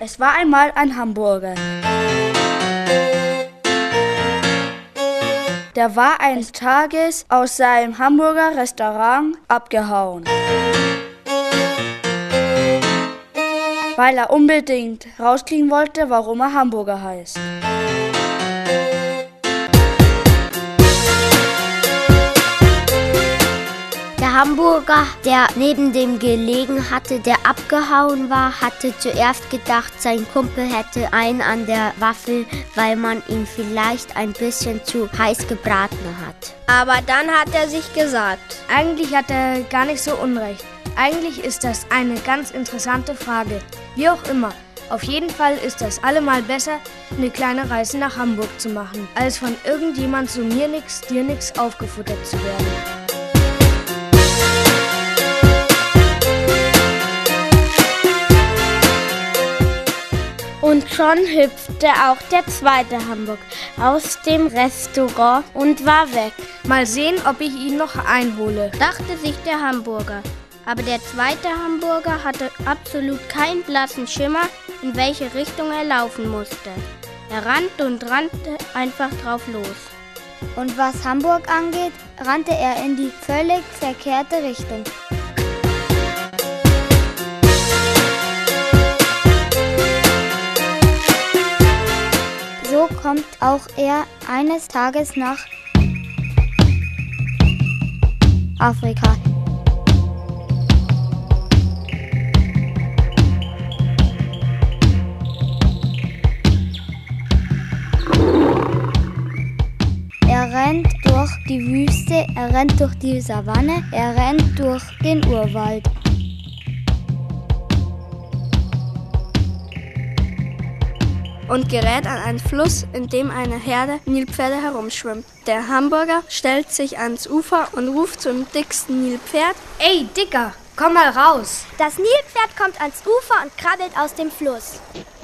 Es war einmal ein Hamburger. Der war eines Tages aus seinem Hamburger Restaurant abgehauen, weil er unbedingt rauskriegen wollte, warum er Hamburger heißt. Der Hamburger, der neben dem gelegen hatte, der abgehauen war, hatte zuerst gedacht, sein Kumpel hätte einen an der Waffel, weil man ihn vielleicht ein bisschen zu heiß gebraten hat. Aber dann hat er sich gesagt, Eigentlich hat er gar nicht so unrecht. Eigentlich ist das eine ganz interessante Frage. Wie auch immer. Auf jeden Fall ist das allemal besser, eine kleine Reise nach Hamburg zu machen, als von irgendjemand so mir nix, dir nix aufgefuttert zu werden. Und schon hüpfte auch der zweite Hamburger aus dem Restaurant und war weg, Mal sehen, ob ich ihn noch einhole. dachte sich der Hamburger. Aber der zweite Hamburger hatte absolut keinen blassen Schimmer, in welche Richtung er laufen musste. Er rannte und rannte einfach drauf los. Und was Hamburg angeht, rannte er in die völlig verkehrte Richtung. So kommt auch er eines Tages nach Afrika. Er rennt durch die Wüste, er rennt durch die Savanne, er rennt durch den Urwald. und gerät an einen Fluss, in dem eine Herde Nilpferde herumschwimmt. Der Hamburger stellt sich ans Ufer und ruft zum dicksten Nilpferd: Ey, Dicker, komm mal raus! Das Nilpferd kommt ans Ufer und krabbelt aus dem Fluss,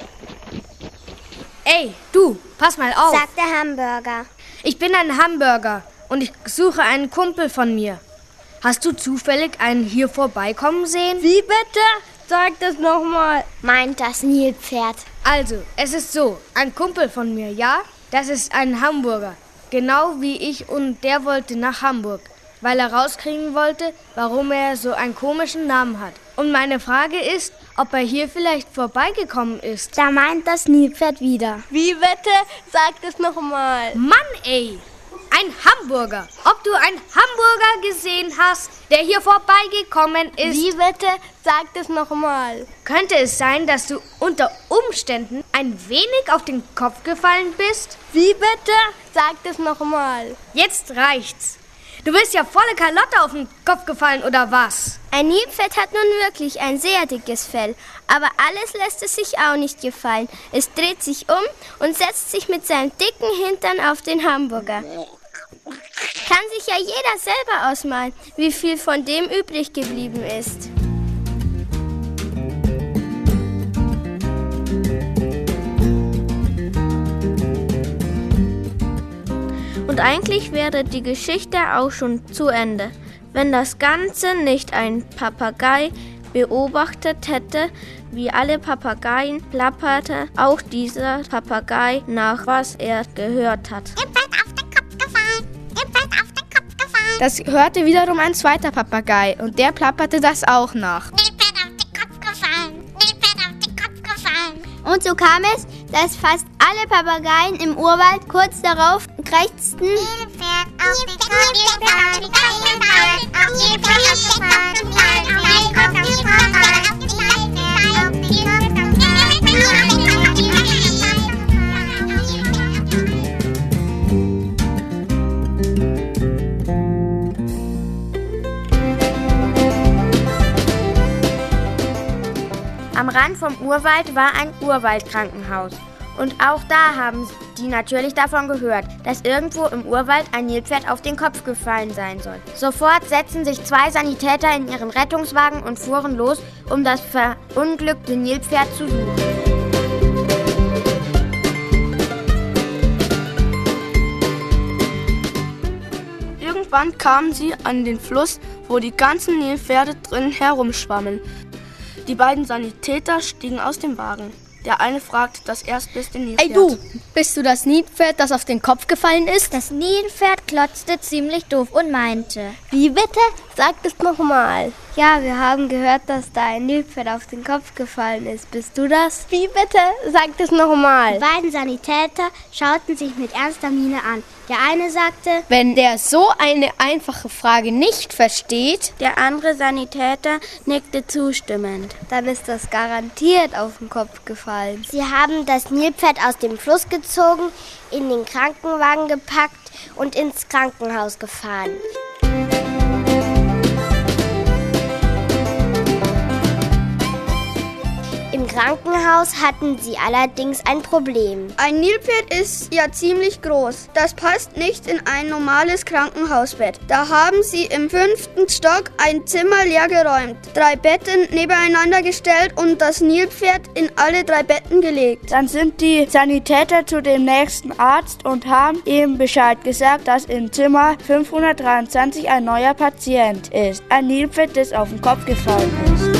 Ey, du, pass mal auf! sagt der Hamburger. Ich bin ein Hamburger und ich suche einen Kumpel von mir. Hast du zufällig einen hier vorbeikommen sehen? Wie bitte? Sag das nochmal, meint das Nilpferd. Also, es ist so, ein Kumpel von mir, ja? Das ist ein Hamburger, genau wie ich, und der wollte nach Hamburg, weil er rauskriegen wollte, warum er so einen komischen Namen hat. Und meine Frage ist, ob er hier vielleicht vorbeigekommen ist. Da meint das Nilpferd wieder. Wie bitte? Sag das nochmal. Mann, ey! Ein Hamburger. Ob du einen Hamburger gesehen hast, der hier vorbeigekommen ist? Wie bitte? Sag das nochmal. Könnte es sein, dass du unter Umständen ein wenig auf den Kopf gefallen bist? Wie bitte? Sag das nochmal. Jetzt reicht's. Du bist ja volle Kalotte auf den Kopf gefallen, oder was? Ein Nilpferd hat nun wirklich ein sehr dickes Fell, aber alles lässt es sich auch nicht gefallen. Es dreht sich um und setzt sich mit seinem dicken Hintern auf den Hamburger. Kann sich ja jeder selber ausmalen, wie viel von dem übrig geblieben ist. Und eigentlich wäre die Geschichte auch schon zu Ende, wenn das Ganze nicht ein Papagei beobachtet hätte. Wie alle Papageien plapperte auch dieser Papagei nach, was er gehört hat. Ihm fällt auf den Kopf gefallen. Ihm fällt auf den Kopf gefallen. Das hörte wiederum ein zweiter Papagei und der plapperte das auch nach. Ihm fällt auf den Kopf gefallen. Ihm fällt auf den Kopf gefallen. Und so kam es, dass fast alle Papageien im Urwald kurz darauf krächzten: Ihm fällt auf den Kopf gefallen. Auf jeden Fall auf den Kopf gefallen. Auf jeden Fall auf den Kopf Am Rand vom Urwald war ein Urwaldkrankenhaus. Und auch da haben die natürlich davon gehört, dass irgendwo im Urwald ein Nilpferd auf den Kopf gefallen sein soll. Sofort setzten sich 2 Sanitäter in ihren Rettungswagen und fuhren los, um das verunglückte Nilpferd zu suchen. Irgendwann kamen sie an den Fluss, wo die ganzen Nilpferde drin herumschwammen. Die beiden Sanitäter stiegen aus dem Wagen. Der eine fragt das erstbeste Nilpferd. Ey du, bist du das Nilpferd, das auf den Kopf gefallen ist? Das Nilpferd klotzte ziemlich doof und meinte: Wie bitte? Sag es nochmal. Ja, wir haben gehört, dass da ein Nilpferd auf den Kopf gefallen ist. Bist du das? Wie bitte? Sag es nochmal. Die beiden Sanitäter schauten sich mit ernster Miene an. Der eine sagte: Wenn der so eine einfache Frage nicht versteht. Der andere Sanitäter nickte zustimmend. Dann ist das garantiert auf den Kopf gefallen. Sie haben das Nilpferd aus dem Fluss gezogen, in den Krankenwagen gepackt und ins Krankenhaus gefahren. Im Krankenhaus hatten sie allerdings ein Problem. Ein Nilpferd ist ja ziemlich groß. Das passt nicht in ein normales Krankenhausbett. Da haben sie im 5. Stock ein Zimmer leer geräumt, 3 Betten nebeneinander gestellt und das Nilpferd in alle 3 Betten gelegt. Dann sind die Sanitäter zu dem nächsten Arzt und haben ihm Bescheid gesagt, dass in Zimmer 523 ein neuer Patient ist. Ein Nilpferd, das auf den Kopf gefallen ist.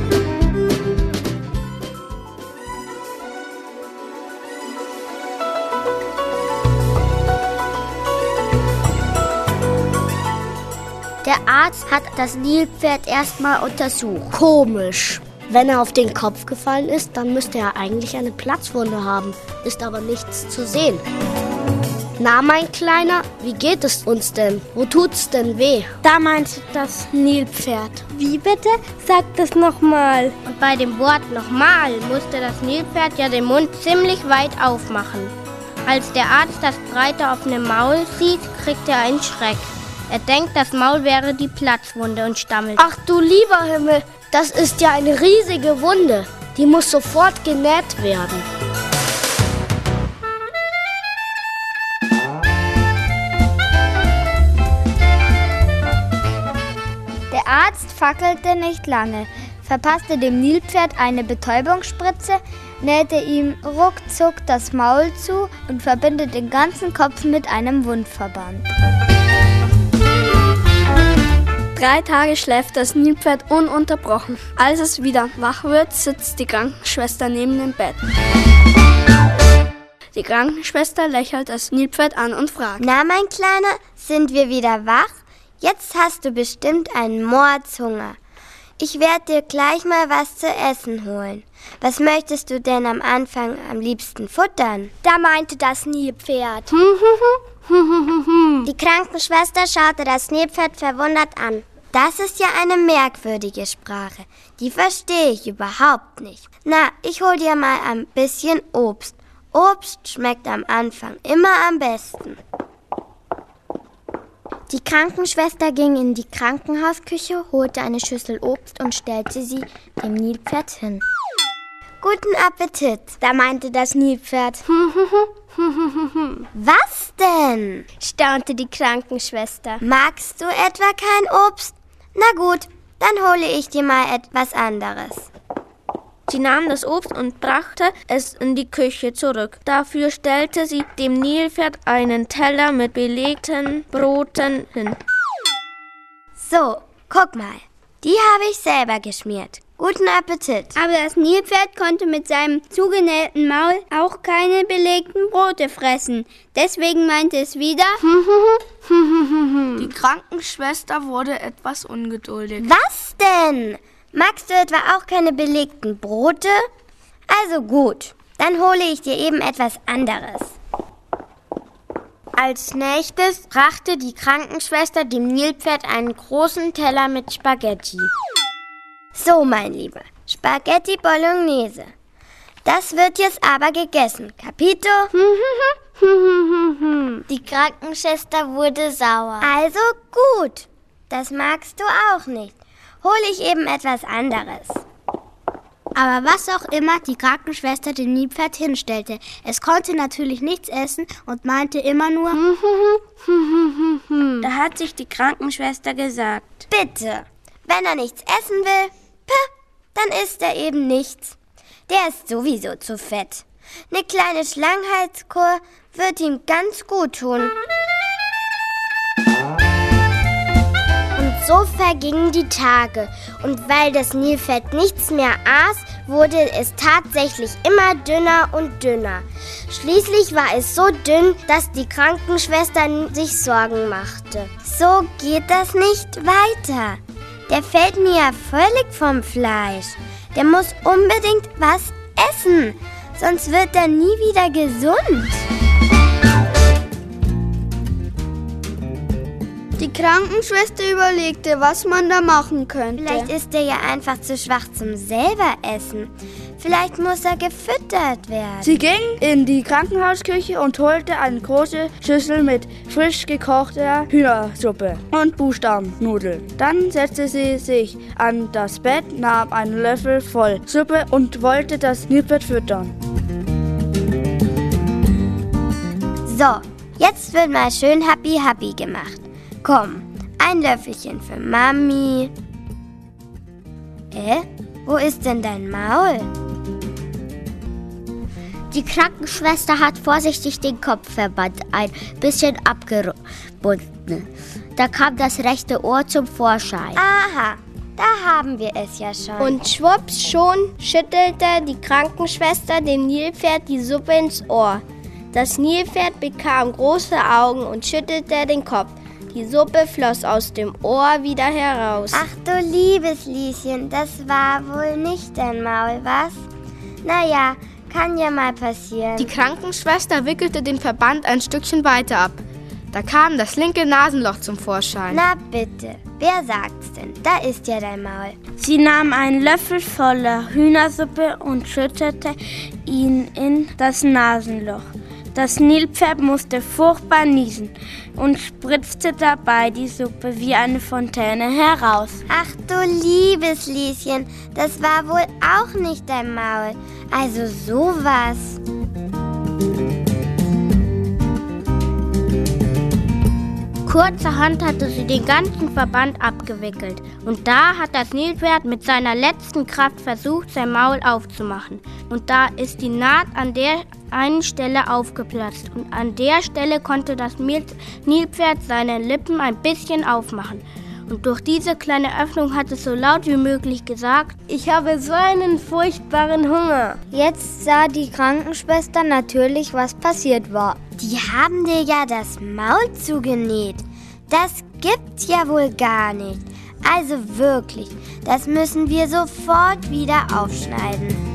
Der Arzt hat das Nilpferd erstmal untersucht. Komisch. Wenn er auf den Kopf gefallen ist, dann müsste er eigentlich eine Platzwunde haben. Ist aber nichts zu sehen. Na, mein Kleiner, wie geht es uns denn? Wo tut's denn weh? Da meinte das Nilpferd: Wie bitte? Sag das nochmal. Und bei dem Wort nochmal musste das Nilpferd ja den Mund ziemlich weit aufmachen. Als der Arzt das breite offene Maul sieht, kriegt er einen Schreck. Er denkt, das Maul wäre die Platzwunde und stammelt: Ach du lieber Himmel, das ist ja eine riesige Wunde. Die muss sofort genäht werden. Der Arzt fackelte nicht lange, verpasste dem Nilpferd eine Betäubungsspritze, nähte ihm ruckzuck das Maul zu und verbindet den ganzen Kopf mit einem Wundverband. 3 Tage schläft das Nilpferd ununterbrochen. Als es wieder wach wird, sitzt die Krankenschwester neben dem Bett. Die Krankenschwester lächelt das Nilpferd an und fragt: Na, mein Kleiner, sind wir wieder wach? Jetzt hast du bestimmt einen Mordshunger. Ich werde dir gleich mal was zu essen holen. Was möchtest du denn am Anfang am liebsten futtern? Da meinte das Nilpferd. Die Krankenschwester schaute das Nilpferd verwundert an. Das ist ja eine merkwürdige Sprache. Die verstehe ich überhaupt nicht. Na, ich hol dir mal ein bisschen Obst. Obst schmeckt am Anfang immer am besten. Die Krankenschwester ging in die Krankenhausküche, holte eine Schüssel Obst und stellte sie dem Nilpferd hin. Guten Appetit, da meinte das Nilpferd. Was denn? Staunte die Krankenschwester. Magst du etwa kein Obst? Na gut, dann hole ich dir mal etwas anderes. Sie nahm das Obst und brachte es in die Küche zurück. Dafür stellte sie dem Nilpferd einen Teller mit belegten Broten hin. So, guck mal, die habe ich selber geschmiert. Guten Appetit. Aber das Nilpferd konnte mit seinem zugenähten Maul auch keine belegten Brote fressen. Deswegen meinte es wieder: Die Krankenschwester wurde etwas ungeduldig. Was denn? Magst du etwa auch keine belegten Brote? Also gut, dann hole ich dir eben etwas anderes. Als nächstes brachte die Krankenschwester dem Nilpferd einen großen Teller mit Spaghetti. So, mein Lieber, Spaghetti Bolognese. Das wird jetzt aber gegessen, capito? Die Krankenschwester wurde sauer. Also gut, das magst du auch nicht. Hole ich eben etwas anderes. Aber was auch immer die Krankenschwester dem Nilpferd hinstellte, es konnte natürlich nichts essen und meinte immer nur: Da hat sich die Krankenschwester gesagt: Bitte, wenn er nichts essen will, dann isst er eben nichts. Der ist sowieso zu fett. Eine kleine Schlankheitskur wird ihm ganz gut tun. Und So vergingen die Tage und weil das Nilpferd nichts mehr aß, wurde es tatsächlich immer dünner und dünner. Schließlich war es so dünn, dass die Krankenschwester sich Sorgen machte. So geht das nicht weiter. Der fällt mir ja völlig vom Fleisch. Der muss unbedingt was essen, sonst wird er nie wieder gesund. Die Krankenschwester überlegte, was man da machen könnte. Vielleicht ist er ja einfach zu schwach zum selber essen. Vielleicht muss er gefüttert werden. Sie ging in die Krankenhausküche und holte eine große Schüssel mit frisch gekochter Hühnersuppe und Buchstabennudeln. Dann setzte sie sich an das Bett, nahm einen Löffel voll Suppe und wollte das Nilpferd füttern. So, jetzt wird mal schön happy gemacht. Komm, ein Löffelchen für Mami. Wo ist denn dein Maul? Die Krankenschwester hat vorsichtig den Kopfverband ein bisschen abgebunden. Da kam das rechte Ohr zum Vorschein. Aha, da haben wir es ja schon. Und schwupps schon schüttelte die Krankenschwester dem Nilpferd die Suppe ins Ohr. Das Nilpferd bekam große Augen und schüttelte den Kopf. Die Suppe floss aus dem Ohr wieder heraus. Ach du liebes Lieschen, das war wohl nicht dein Maul, was? Naja, kann ja mal passieren. Die Krankenschwester wickelte den Verband ein Stückchen weiter ab. Da kam das linke Nasenloch zum Vorschein. Na bitte, wer sagt's denn? Da ist ja dein Maul. Sie nahm einen Löffel voller Hühnersuppe und schüttete ihn in das Nasenloch. Das Nilpferd musste furchtbar niesen und spritzte dabei die Suppe wie eine Fontäne heraus. Ach du liebes Lieschen, das war wohl auch nicht dein Maul. Also sowas. Kurzerhand hatte sie den ganzen Verband abgewickelt. Und da hat das Nilpferd mit seiner letzten Kraft versucht, sein Maul aufzumachen. Und da ist die Naht an der einen Stelle aufgeplatzt. Und an der Stelle konnte das Nilpferd seine Lippen ein bisschen aufmachen. Und durch diese kleine Öffnung hat es so laut wie möglich gesagt: Ich habe so einen furchtbaren Hunger. Jetzt sah die Krankenschwester natürlich, was passiert war. Die haben dir ja das Maul zugenäht. Das gibt's ja wohl gar nicht. Also wirklich, das müssen wir sofort wieder aufschneiden.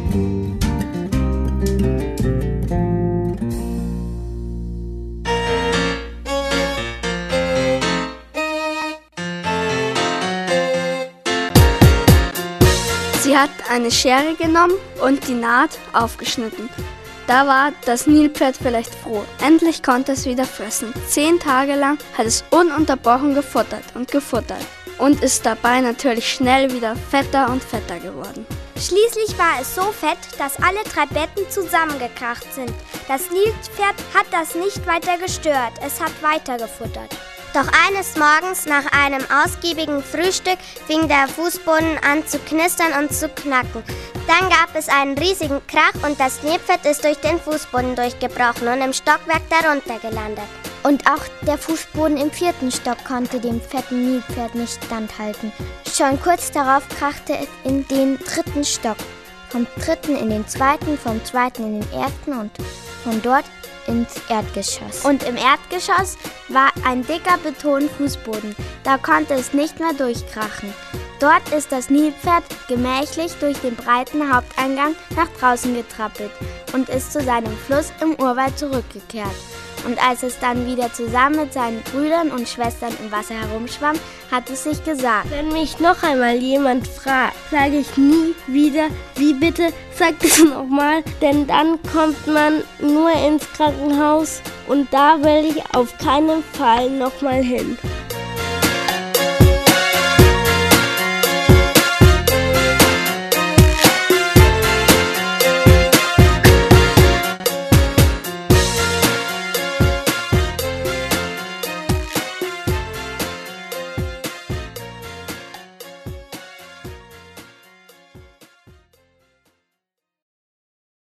Sie hat eine Schere genommen und die Naht aufgeschnitten. Da war das Nilpferd vielleicht froh. Endlich konnte es wieder fressen. 10 Tage lang hat es ununterbrochen gefuttert und ist dabei natürlich schnell wieder fetter und fetter geworden. Schließlich war es so fett, dass alle 3 Betten zusammengekracht sind. Das Nilpferd hat das nicht weiter gestört. Es hat weiter gefuttert. Doch eines Morgens nach einem ausgiebigen Frühstück fing der Fußboden an zu knistern und zu knacken. Dann gab es einen riesigen Krach und das Nilpferd ist durch den Fußboden durchgebrochen und im Stockwerk darunter gelandet. Und auch der Fußboden im 4. Stock konnte dem fetten Nilpferd nicht standhalten. Schon kurz darauf krachte es in den 3. Stock. Vom 3. in den 2., vom 2. in den 1. und von dort ins Erdgeschoss. Und im Erdgeschoss war ein dicker Betonfußboden. Da konnte es nicht mehr durchkrachen. Dort ist das Nilpferd gemächlich durch den breiten Haupteingang nach draußen getrappelt und ist zu seinem Fluss im Urwald zurückgekehrt. Und als es dann wieder zusammen mit seinen Brüdern und Schwestern im Wasser herumschwamm, hat es sich gesagt: Wenn mich noch einmal jemand fragt, sage ich nie wieder, wie bitte, sag es nochmal, denn dann kommt man nur ins Krankenhaus und da will ich auf keinen Fall nochmal hin.